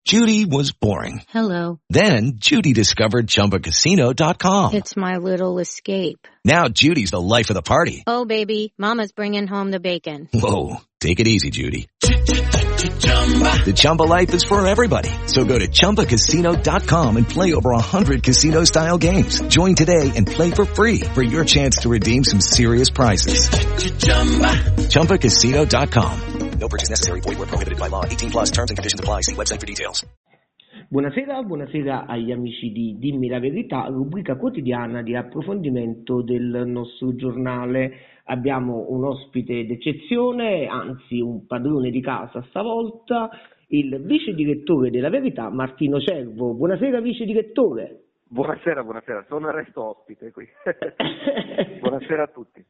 Judy was boring. Hello. Then Judy discovered ChumbaCasino.com. It's my little escape. Now Judy's the life of the party. Oh, baby, mama's bringing home the bacon. Whoa, take it easy, Judy. The Chumba life is for everybody. So go to ChumbaCasino.com and play over 100 casino-style games. Join today and play for free for your chance to redeem some serious prizes. ChumbaCasino.com. No purchase necessary. Void where prohibited by law. 18 plus terms and conditions apply. See website for details. Buonasera agli amici di Dimmi la Verità, rubrica quotidiana di approfondimento del nostro giornale. Abbiamo un ospite d'eccezione, anzi un padrone di casa stavolta, il vice direttore della Verità, Martino Cervo. Buonasera vice direttore. Buonasera, sono il resto ospite qui. Buonasera a tutti.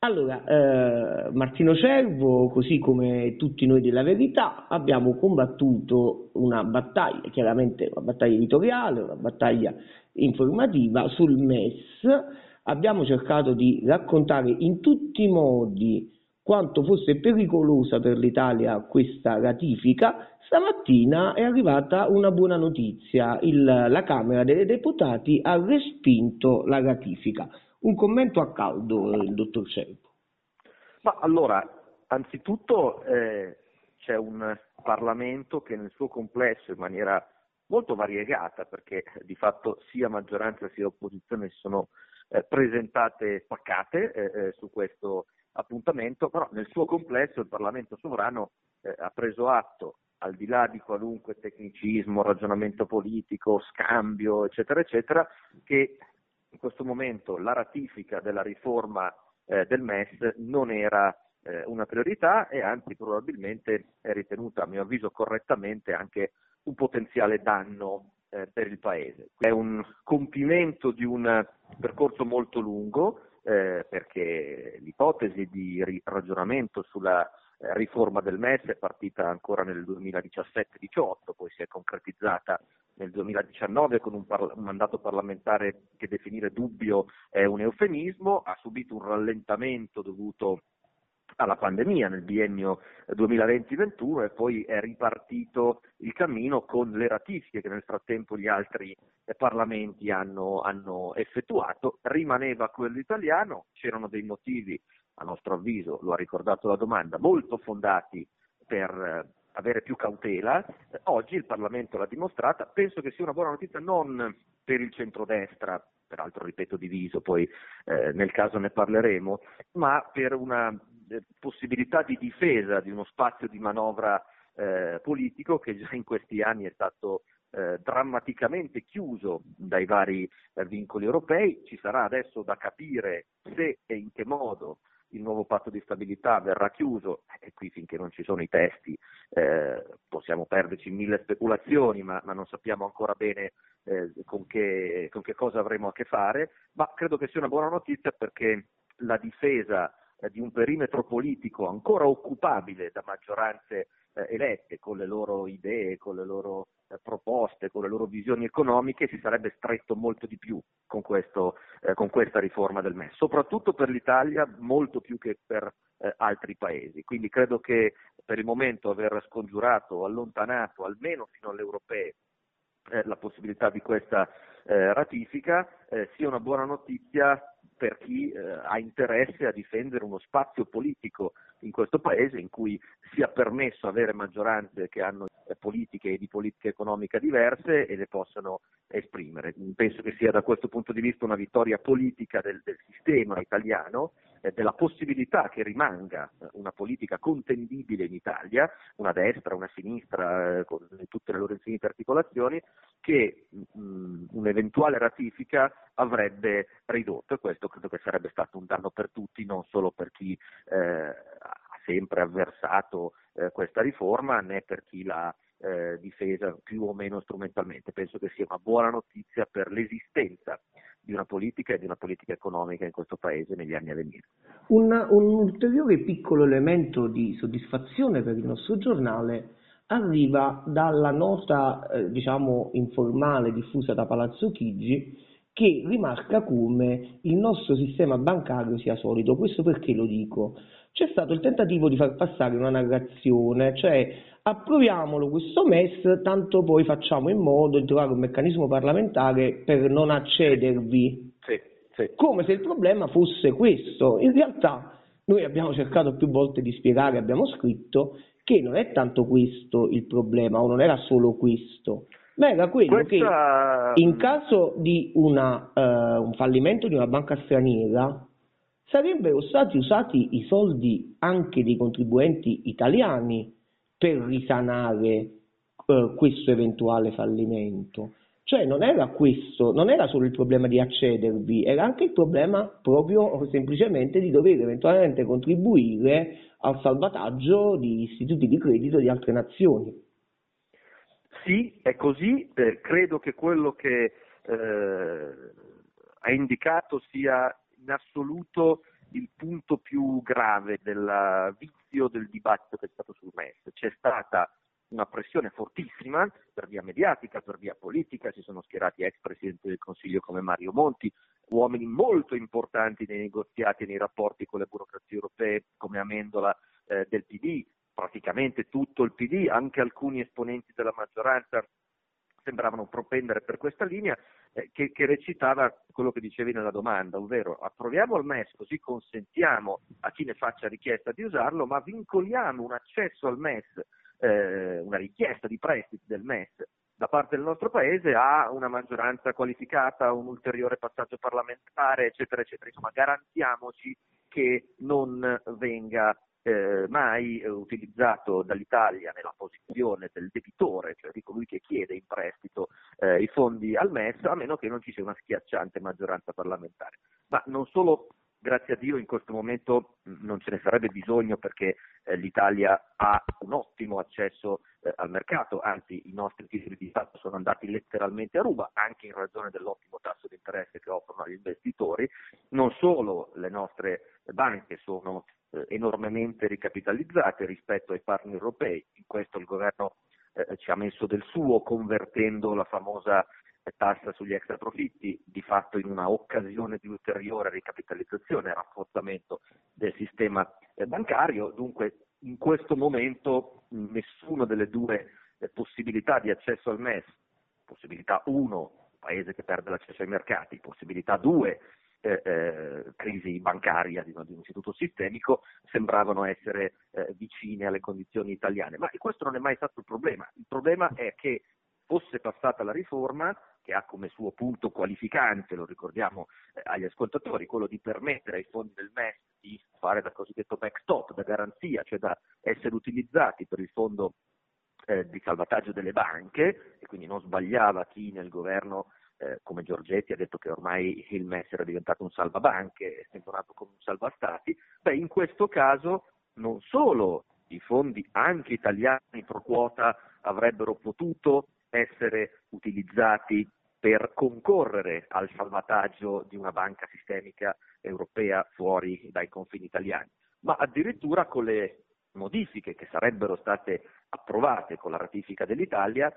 Allora, Martino Cervo, così come tutti noi della Verità, abbiamo combattuto una battaglia, chiaramente una battaglia editoriale, una battaglia informativa sul MES. Abbiamo cercato di raccontare in tutti i modi quanto fosse pericolosa per l'Italia questa ratifica. Stamattina è arrivata una buona notizia, la Camera dei Deputati ha respinto la ratifica. Un commento a caldo, il dottor Cervo. Ma allora, anzitutto c'è un Parlamento che nel suo complesso, in maniera molto variegata, perché di fatto sia maggioranza sia opposizione si sono presentate spaccate su questo appuntamento, però nel suo complesso il Parlamento sovrano ha preso atto, al di là di qualunque tecnicismo, ragionamento politico, scambio, eccetera, eccetera, che in questo momento la ratifica della riforma del MES non era una priorità e anzi probabilmente è ritenuta, a mio avviso correttamente, anche un potenziale danno per il Paese. È un compimento di un percorso molto lungo perché l'ipotesi di ragionamento sulla riforma del MES è partita ancora nel 2017-18, poi si è concretizzata nel 2019 con un mandato parlamentare che definire dubbio è un eufemismo, ha subito un rallentamento dovuto alla pandemia nel biennio 2020-21 e poi è ripartito il cammino con le ratifiche che nel frattempo gli altri parlamenti hanno effettuato. Rimaneva quello italiano, c'erano dei motivi, a nostro avviso, lo ha ricordato la domanda, molto fondati per avere più cautela. Oggi il Parlamento l'ha dimostrata, penso che sia una buona notizia non per il centrodestra, peraltro ripeto diviso, poi nel caso ne parleremo, ma per una possibilità di difesa di uno spazio di manovra politico che già in questi anni è stato drammaticamente chiuso dai vari vincoli europei. Ci sarà adesso da capire se e in che modo il nuovo patto di stabilità verrà chiuso, e qui finché non ci sono i testi possiamo perderci in mille speculazioni, ma non sappiamo ancora bene con che cosa avremo a che fare, ma credo che sia una buona notizia perché la difesa di un perimetro politico ancora occupabile da maggioranze elette con le loro idee, con le loro proposte, con le loro visioni economiche, si sarebbe stretto molto di più con questa riforma del MES, soprattutto per l'Italia, molto più che per altri paesi. Quindi credo che per il momento aver scongiurato o allontanato, almeno fino alle europee, la possibilità di questa ratifica sia una buona notizia per chi ha interesse a difendere uno spazio politico in questo Paese in cui sia permesso avere maggioranze che hanno politiche e di politica economica diverse e le possano esprimere. Penso che sia da questo punto di vista una vittoria politica del sistema italiano, della possibilità che rimanga una politica contendibile in Italia, una destra, una sinistra, con tutte le loro infinite articolazioni, che un'eventuale ratifica avrebbe ridotto, e questo credo che sarebbe stato un danno per tutti, non solo per chi ha sempre avversato questa riforma, né per chi l'ha difesa più o meno strumentalmente. Penso che sia una buona notizia per l'esistenza di una politica e di una politica economica in questo Paese negli anni a venire. Un ulteriore piccolo elemento di soddisfazione per il nostro giornale arriva dalla nota informale diffusa da Palazzo Chigi che rimarca come il nostro sistema bancario sia solido. Questo perché lo dico? C'è stato il tentativo di far passare una narrazione, cioè approviamolo questo MES, tanto poi facciamo in modo di trovare un meccanismo parlamentare per non accedervi, Sì. come se il problema fosse questo. In realtà noi abbiamo cercato più volte di spiegare, abbiamo scritto che non è tanto questo il problema, o non era solo questo, ma era quello che in caso di un fallimento di una banca straniera sarebbero stati usati i soldi anche dei contribuenti italiani per risanare questo eventuale fallimento. Cioè non era questo, non era solo il problema di accedervi, era anche il problema proprio semplicemente di dover eventualmente contribuire al salvataggio di istituti di credito di altre nazioni. Sì, è così. Credo che quello che ha indicato sia in assoluto il punto più grave del vizio del dibattito che è stato sul MES. C'è stata una pressione fortissima per via mediatica, per via politica, si sono schierati ex presidenti del Consiglio come Mario Monti, uomini molto importanti nei negoziati e nei rapporti con le burocrazie europee come Amendola del PD, praticamente tutto il PD, anche alcuni esponenti della maggioranza sembravano propendere per questa linea che recitava quello che dicevi nella domanda, ovvero approviamo il MES così consentiamo a chi ne faccia richiesta di usarlo, ma vincoliamo un accesso al MES, una richiesta di prestiti del MES da parte del nostro Paese a una maggioranza qualificata, un ulteriore passaggio parlamentare, eccetera, eccetera. Insomma, garantiamoci che non venga mai utilizzato dall'Italia nella posizione del debitore, cioè di colui che chiede in prestito i fondi al MES, a meno che non ci sia una schiacciante maggioranza parlamentare. Ma non solo, grazie a Dio in questo momento non ce ne sarebbe bisogno perché l'Italia ha un ottimo accesso al mercato, anzi i nostri titoli di Stato sono andati letteralmente a ruba, anche in ragione dell'ottimo tasso di interesse che offrono agli investitori. Non solo le nostre banche sono enormemente ricapitalizzate rispetto ai partner europei, in questo il governo ci ha messo del suo convertendo la famosa tassa sugli extra profitti di fatto in una occasione di ulteriore ricapitalizzazione e rafforzamento del sistema bancario. Dunque in questo momento nessuna delle due possibilità di accesso al MES, possibilità 1, paese che perde l'accesso ai mercati, possibilità 2, crisi bancaria di un istituto sistemico, sembravano essere vicine alle condizioni italiane. Ma questo non è mai stato il problema. Il problema è che fosse passata la riforma, che ha come suo punto qualificante, lo ricordiamo agli ascoltatori, quello di permettere ai fondi del MES di fare da cosiddetto backstop, da garanzia, cioè da essere utilizzati per il fondo di salvataggio delle banche, e quindi non sbagliava chi nel governo come Giorgetti ha detto che ormai il MES era diventato un salvabanche, è sembrato come un salvastati. In questo caso non solo i fondi anche italiani pro quota avrebbero potuto essere utilizzati per concorrere al salvataggio di una banca sistemica europea fuori dai confini italiani, ma addirittura con le modifiche che sarebbero state approvate con la ratifica dell'Italia,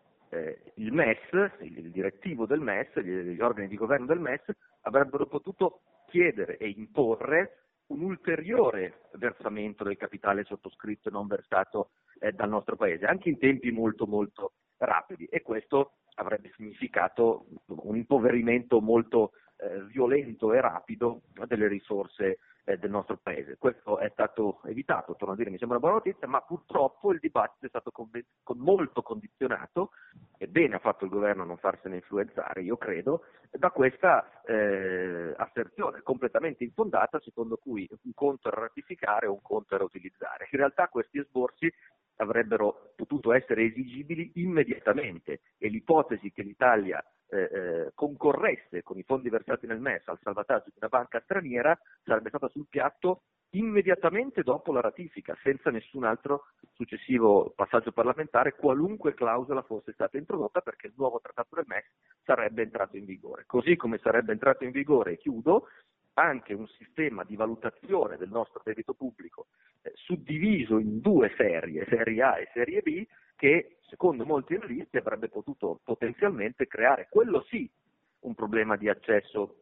il MES, il direttivo del MES, gli organi di governo del MES avrebbero potuto chiedere e imporre un ulteriore versamento del capitale sottoscritto e non versato dal nostro Paese, anche in tempi molto molto rapidi, e questo avrebbe significato un impoverimento molto violento e rapido delle risorse del nostro Paese. Questo è stato evitato, torno a dire, mi sembra una buona notizia, ma purtroppo il dibattito è stato molto condizionato, e bene ha fatto il governo a non farsene influenzare, io credo, da questa asserzione completamente infondata secondo cui un conto era ratificare e un conto era utilizzare. In realtà questi esborsi avrebbero potuto essere esigibili immediatamente, e l'ipotesi che l'Italia concorresse con i fondi versati nel MES al salvataggio di una banca straniera sarebbe stata sul piatto immediatamente dopo la ratifica, senza nessun altro successivo passaggio parlamentare, qualunque clausola fosse stata introdotta, perché il nuovo trattato del MES sarebbe entrato in vigore. Così come sarebbe entrato in vigore, e chiudo, anche un sistema di valutazione del nostro debito pubblico suddiviso in due serie, serie A e serie B, che secondo molti analisti avrebbe potuto potenzialmente creare, quello sì, un problema di accesso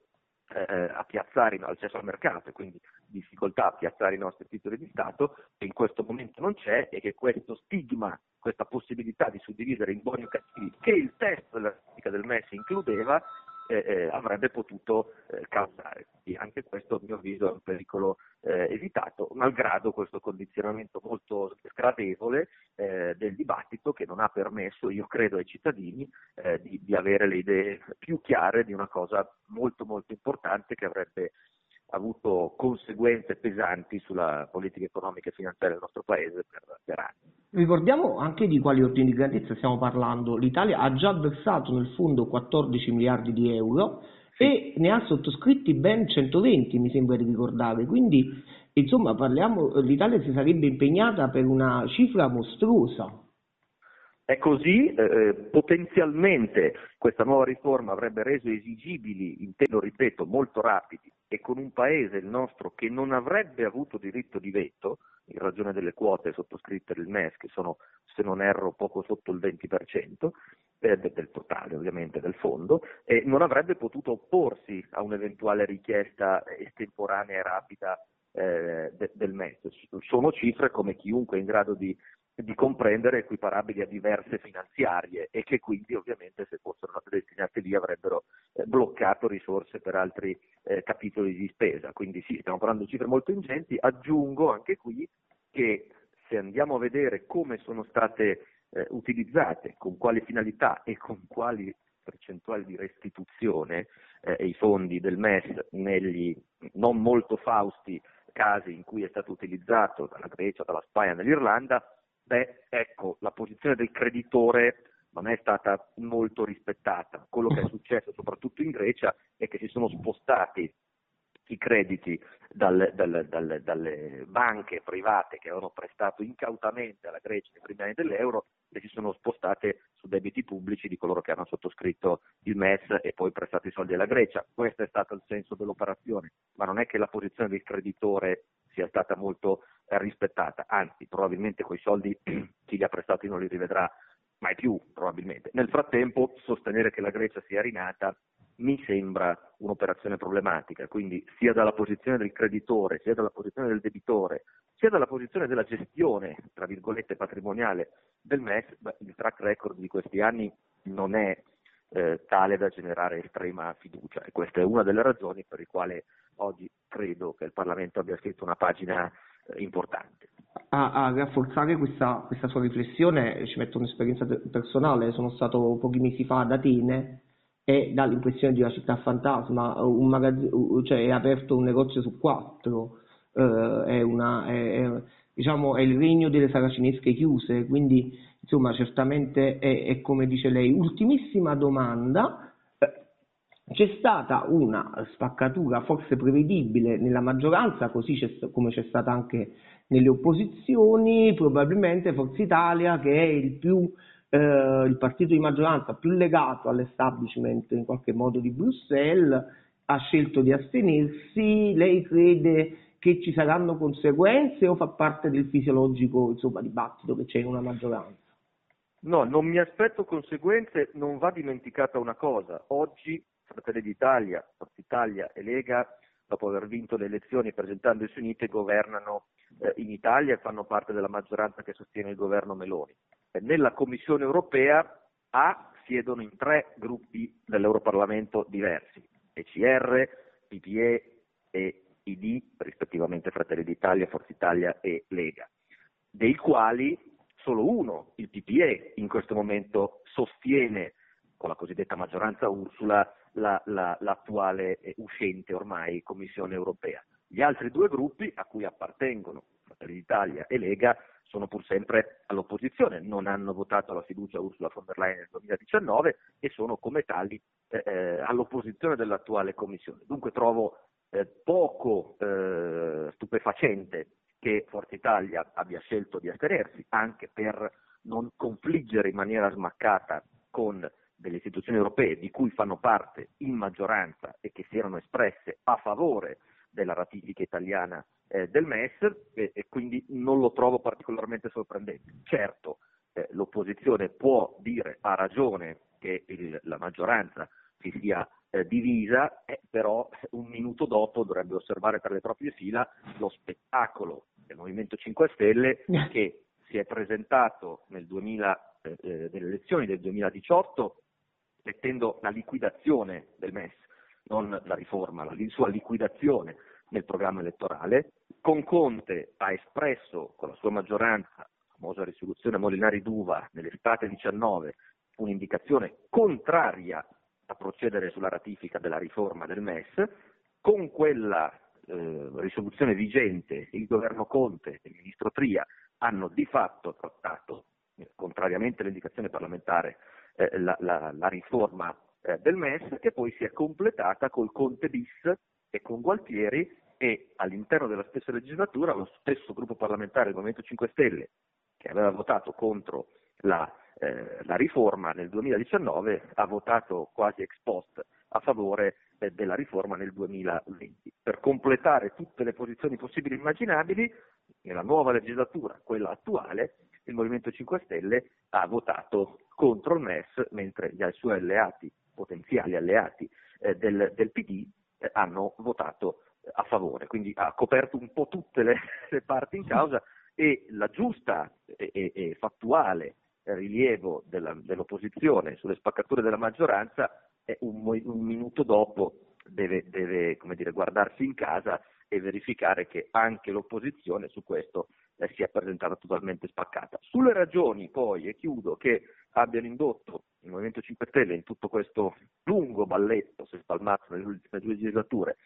accesso al mercato e quindi difficoltà a piazzare i nostri titoli di Stato, che in questo momento non c'è, e che questo stigma, questa possibilità di suddividere in buoni o cattivi che il testo della ratifica del MES includeva, avrebbe potuto causare. Quindi anche questo, a mio avviso, è un pericolo evitato, malgrado questo condizionamento molto sgradevole del dibattito, che non ha permesso, io credo, ai cittadini di avere le idee più chiare di una cosa molto molto importante, che avrebbe avuto conseguenze pesanti sulla politica economica e finanziaria del nostro Paese per anni. Ricordiamo anche di quali ordini di grandezza stiamo parlando. L'Italia ha già versato nel fondo 14 miliardi di euro e ne ha sottoscritti ben 120, mi sembra di ricordare, quindi insomma l'Italia si sarebbe impegnata per una cifra mostruosa. È così, potenzialmente questa nuova riforma avrebbe reso esigibili, lo ripeto, molto rapidi, e con un paese, il nostro, che non avrebbe avuto diritto di veto, in ragione delle quote sottoscritte del MES, che sono, se non erro, poco sotto il 20% del totale, ovviamente, del fondo, e non avrebbe potuto opporsi a un'eventuale richiesta estemporanea e rapida del MES. Sono cifre, come chiunque è in grado di comprendere, equiparabili a diverse finanziarie, e che quindi ovviamente, se fossero state destinate lì, avrebbero bloccato risorse per altri capitoli di spesa. Quindi sì, stiamo parlando di cifre molto ingenti. Aggiungo anche qui che, se andiamo a vedere come sono state utilizzate, con quali finalità e con quali percentuali di restituzione i fondi del MES negli non molto fausti casi in cui è stato utilizzato dalla Grecia, dalla Spagna, dall'Irlanda, ecco, la posizione del creditore non è stata molto rispettata. Quello che è successo soprattutto in Grecia è che si sono spostati i crediti dalle banche private che avevano prestato incautamente alla Grecia nei primi anni dell'euro, e si sono spostate su debiti pubblici di coloro che hanno sottoscritto il MES e poi prestato i soldi alla Grecia. Questo è stato il senso dell'operazione, ma non è che la posizione del creditore sia stata molto rispettata, anzi probabilmente quei soldi chi li ha prestati non li rivedrà mai più, probabilmente. Nel frattempo, sostenere che la Grecia sia rinata mi sembra un'operazione problematica, quindi sia dalla posizione del creditore, sia dalla posizione del debitore, sia dalla posizione della gestione, tra virgolette, patrimoniale del MES, il track record di questi anni non è tale da generare estrema fiducia, e questa è una delle ragioni per le quali oggi credo che il Parlamento abbia scritto una pagina importante. A rafforzare questa sua riflessione ci metto un'esperienza personale. Sono stato pochi mesi fa ad Atene e dà l'impressione di una città fantasma. È aperto un negozio su 4, diciamo, è il regno delle saracinesche chiuse, quindi insomma certamente è come dice lei. Ultimissima domanda. C'è stata una spaccatura forse prevedibile nella maggioranza, così come c'è stata anche nelle opposizioni. Probabilmente Forza Italia, che è il partito di maggioranza più legato all'establishment in qualche modo di Bruxelles, ha scelto di astenersi. Lei crede che ci saranno conseguenze o fa parte del fisiologico, insomma, dibattito che c'è in una maggioranza? No, non mi aspetto conseguenze. Non va dimenticata una cosa: oggi Fratelli d'Italia, Forza Italia e Lega, dopo aver vinto le elezioni presentandosi unite, governano in Italia e fanno parte della maggioranza che sostiene il governo Meloni. Nella Commissione europea siedono in 3 gruppi dell'Europarlamento diversi: ECR, PPE e ID, rispettivamente Fratelli d'Italia, Forza Italia e Lega, dei quali solo uno, il PPE, in questo momento sostiene, con la cosiddetta maggioranza Ursula, l'attuale uscente ormai Commissione europea. Gli altri 2 gruppi, a cui appartengono Fratelli d'Italia e Lega, sono pur sempre all'opposizione, non hanno votato la fiducia a Ursula von der Leyen nel 2019 e sono come tali all'opposizione dell'attuale Commissione. Dunque trovo poco stupefacente che Forza Italia abbia scelto di astenersi, anche per non confliggere in maniera smaccata con delle istituzioni europee di cui fanno parte in maggioranza e che si erano espresse a favore della ratifica italiana del MES, e quindi non lo trovo particolarmente sorprendente. Certo, l'opposizione può dire, ha ragione, che la maggioranza si sia divisa, però un minuto dopo dovrebbe osservare per le proprie fila lo spettacolo del Movimento 5 Stelle che si è presentato nelle elezioni del 2018 mettendo la liquidazione del MES, non la riforma, la sua liquidazione nel programma elettorale. Con Conte ha espresso con la sua maggioranza, la famosa risoluzione Molinari-D'Uva nell'estate 19, un'indicazione contraria a procedere sulla ratifica della riforma del MES. Con quella risoluzione vigente il governo Conte e il ministro Tria hanno di fatto trattato, contrariamente all'indicazione parlamentare, la riforma del MES, che poi si è completata col Conte bis e con Gualtieri, e all'interno della stessa legislatura lo stesso gruppo parlamentare del Movimento 5 Stelle che aveva votato contro la riforma nel 2019 ha votato quasi ex post a favore della riforma nel 2020. Per completare tutte le posizioni possibili e immaginabili, nella nuova legislatura, quella attuale, il Movimento 5 Stelle ha votato contro il MES, mentre gli suoi alleati, potenziali alleati del PD, hanno votato a favore. Quindi ha coperto un po' tutte le parti in causa, e la giusta e fattuale rilievo dell'opposizione sulle spaccature della maggioranza è un minuto dopo deve come dire, guardarsi in casa e verificare che anche l'opposizione su questo si è presentata totalmente spaccata. Sulle ragioni poi, e chiudo, che abbiano indotto il Movimento 5 Stelle in tutto questo lungo balletto, se spalmato nelle ultime 2 legislature,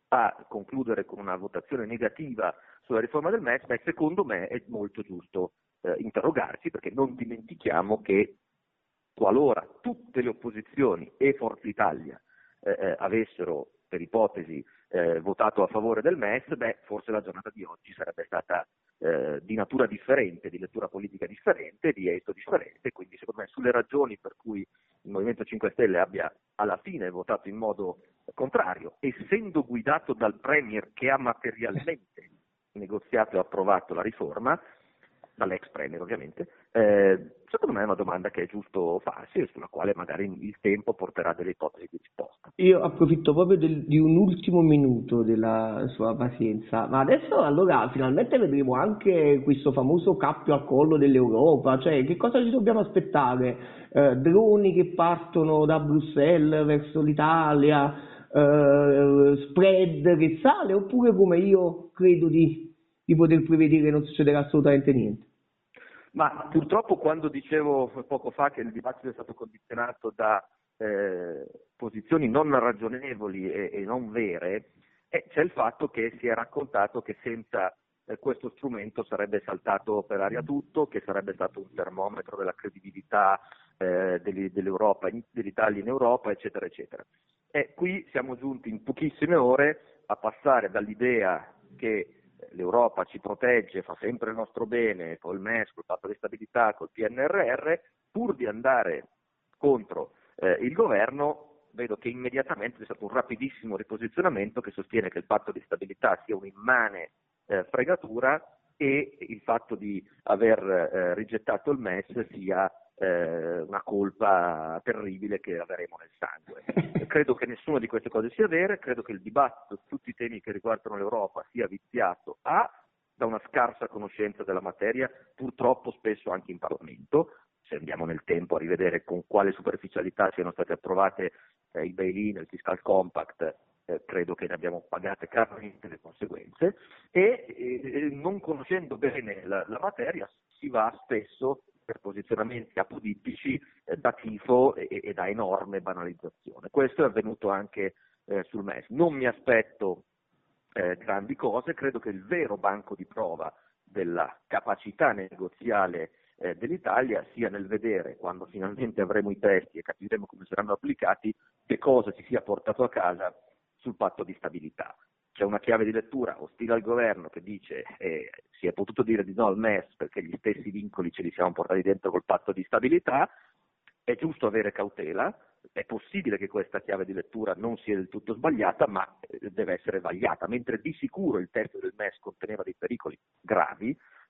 a concludere con una votazione negativa sulla riforma del MES, secondo me è molto giusto interrogarsi, perché non dimentichiamo che qualora tutte le opposizioni e Forza Italia avessero, per ipotesi, votato a favore del MES, forse la giornata di oggi sarebbe stata di natura differente, di lettura politica differente, di esito differente. Quindi secondo me sulle ragioni per cui il Movimento 5 Stelle abbia alla fine votato in modo contrario, essendo guidato dal Premier che ha materialmente negoziato e approvato la riforma, dall'ex Premier ovviamente, secondo me è una domanda che è giusto farsi e sulla quale magari il tempo porterà delle ipotesi di risposta. Io approfitto proprio di un ultimo minuto della sua pazienza, ma adesso allora finalmente vedremo anche questo famoso cappio al collo dell'Europa, cioè che cosa ci dobbiamo aspettare? Droni che partono da Bruxelles verso l'Italia, spread che sale, oppure come io credo di poter prevedere non succederà assolutamente niente? Ma purtroppo, quando dicevo poco fa che il dibattito è stato condizionato da posizioni non ragionevoli e non vere, c'è il fatto che si è raccontato che senza questo strumento sarebbe saltato per aria tutto, che sarebbe stato un termometro della credibilità dell'Europa, dell'Italia in Europa, eccetera, eccetera. E qui siamo giunti in pochissime ore a passare dall'idea che l'Europa ci protegge, fa sempre il nostro bene, col MES, col patto di stabilità, col PNRR, pur di andare contro il governo. Vedo che immediatamente c'è stato un rapidissimo riposizionamento che sostiene che il patto di stabilità sia un'immane fregatura e il fatto di aver rigettato il MES sia una colpa terribile che avremo nel sangue. Credo che nessuna di queste cose sia vera, credo che il dibattito su tutti i temi che riguardano l'Europa sia viziato da una scarsa conoscenza della materia, purtroppo spesso anche in Parlamento. Se andiamo nel tempo a rivedere con quale superficialità siano state approvate i bail-in, il fiscal compact, credo che ne abbiamo pagate caramente le conseguenze, e non conoscendo bene la materia si va spesso per posizionamenti apodittici da tifo e da enorme banalizzazione. Questo è avvenuto anche sul MES. Non mi aspetto grandi cose, credo che il vero banco di prova della capacità negoziale dell'Italia sia nel vedere, quando finalmente avremo i testi e capiremo come saranno applicati, che cosa ci sia portato a casa sul patto di stabilità. C'è una chiave di lettura ostile al governo che dice si è potuto dire di no al MES perché gli stessi vincoli ce li siamo portati dentro col patto di stabilità. È giusto avere cautela, è possibile che questa chiave di lettura non sia del tutto sbagliata, ma deve essere vagliata, mentre di sicuro il testo del MES conteneva dei pericoli gravi.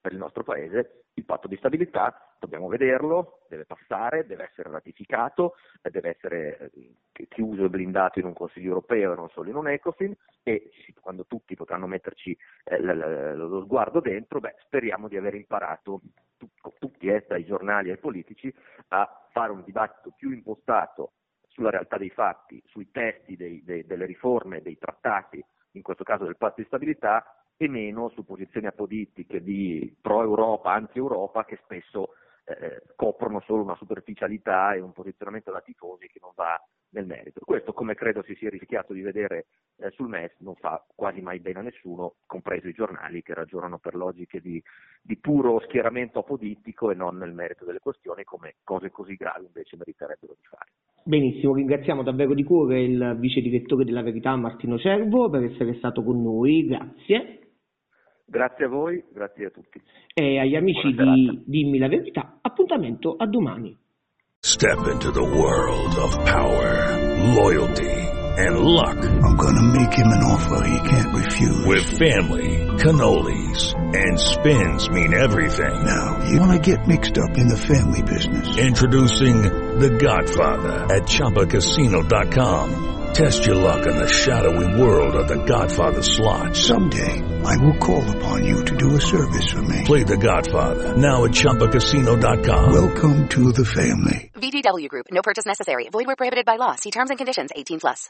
per il nostro Paese. Il patto di stabilità dobbiamo vederlo, deve passare, deve essere ratificato, deve essere chiuso e blindato in un Consiglio europeo e non solo in un Ecofin, e quando tutti potranno metterci lo sguardo dentro, speriamo di aver imparato tutti, dai giornali ai politici, a fare un dibattito più impostato sulla realtà dei fatti, sui testi delle riforme, dei trattati, in questo caso del patto di stabilità, e meno su posizioni apodittiche di pro-Europa, anti-Europa, che spesso coprono solo una superficialità e un posizionamento da tifosi che non va nel merito. Questo, come credo si sia rischiato di vedere sul MES, non fa quasi mai bene a nessuno, compreso i giornali che ragionano per logiche di puro schieramento apodittico e non nel merito delle questioni, come cose così gravi invece meriterebbero di fare. Benissimo, ringraziamo davvero di cuore il vice direttore della Verità Martino Cervo per essere stato con noi, grazie. Grazie a voi, grazie a tutti. E agli amici di Dimmi la Verità, appuntamento a domani. Step into the world of power, loyalty, and luck. I'm gonna make him an offer he can't refuse. With family, cannolis, and spins mean everything. Now, you wanna get mixed up in the family business. Introducing The Godfather at ChumbaCasino.com. Test your luck in the shadowy world of The Godfather slot. Someday, I will call upon you to do a service for me. Play The Godfather now at ChumbaCasino.com. Welcome to the family. VGW Group. No purchase necessary. Void where prohibited by law. See terms and conditions. 18+.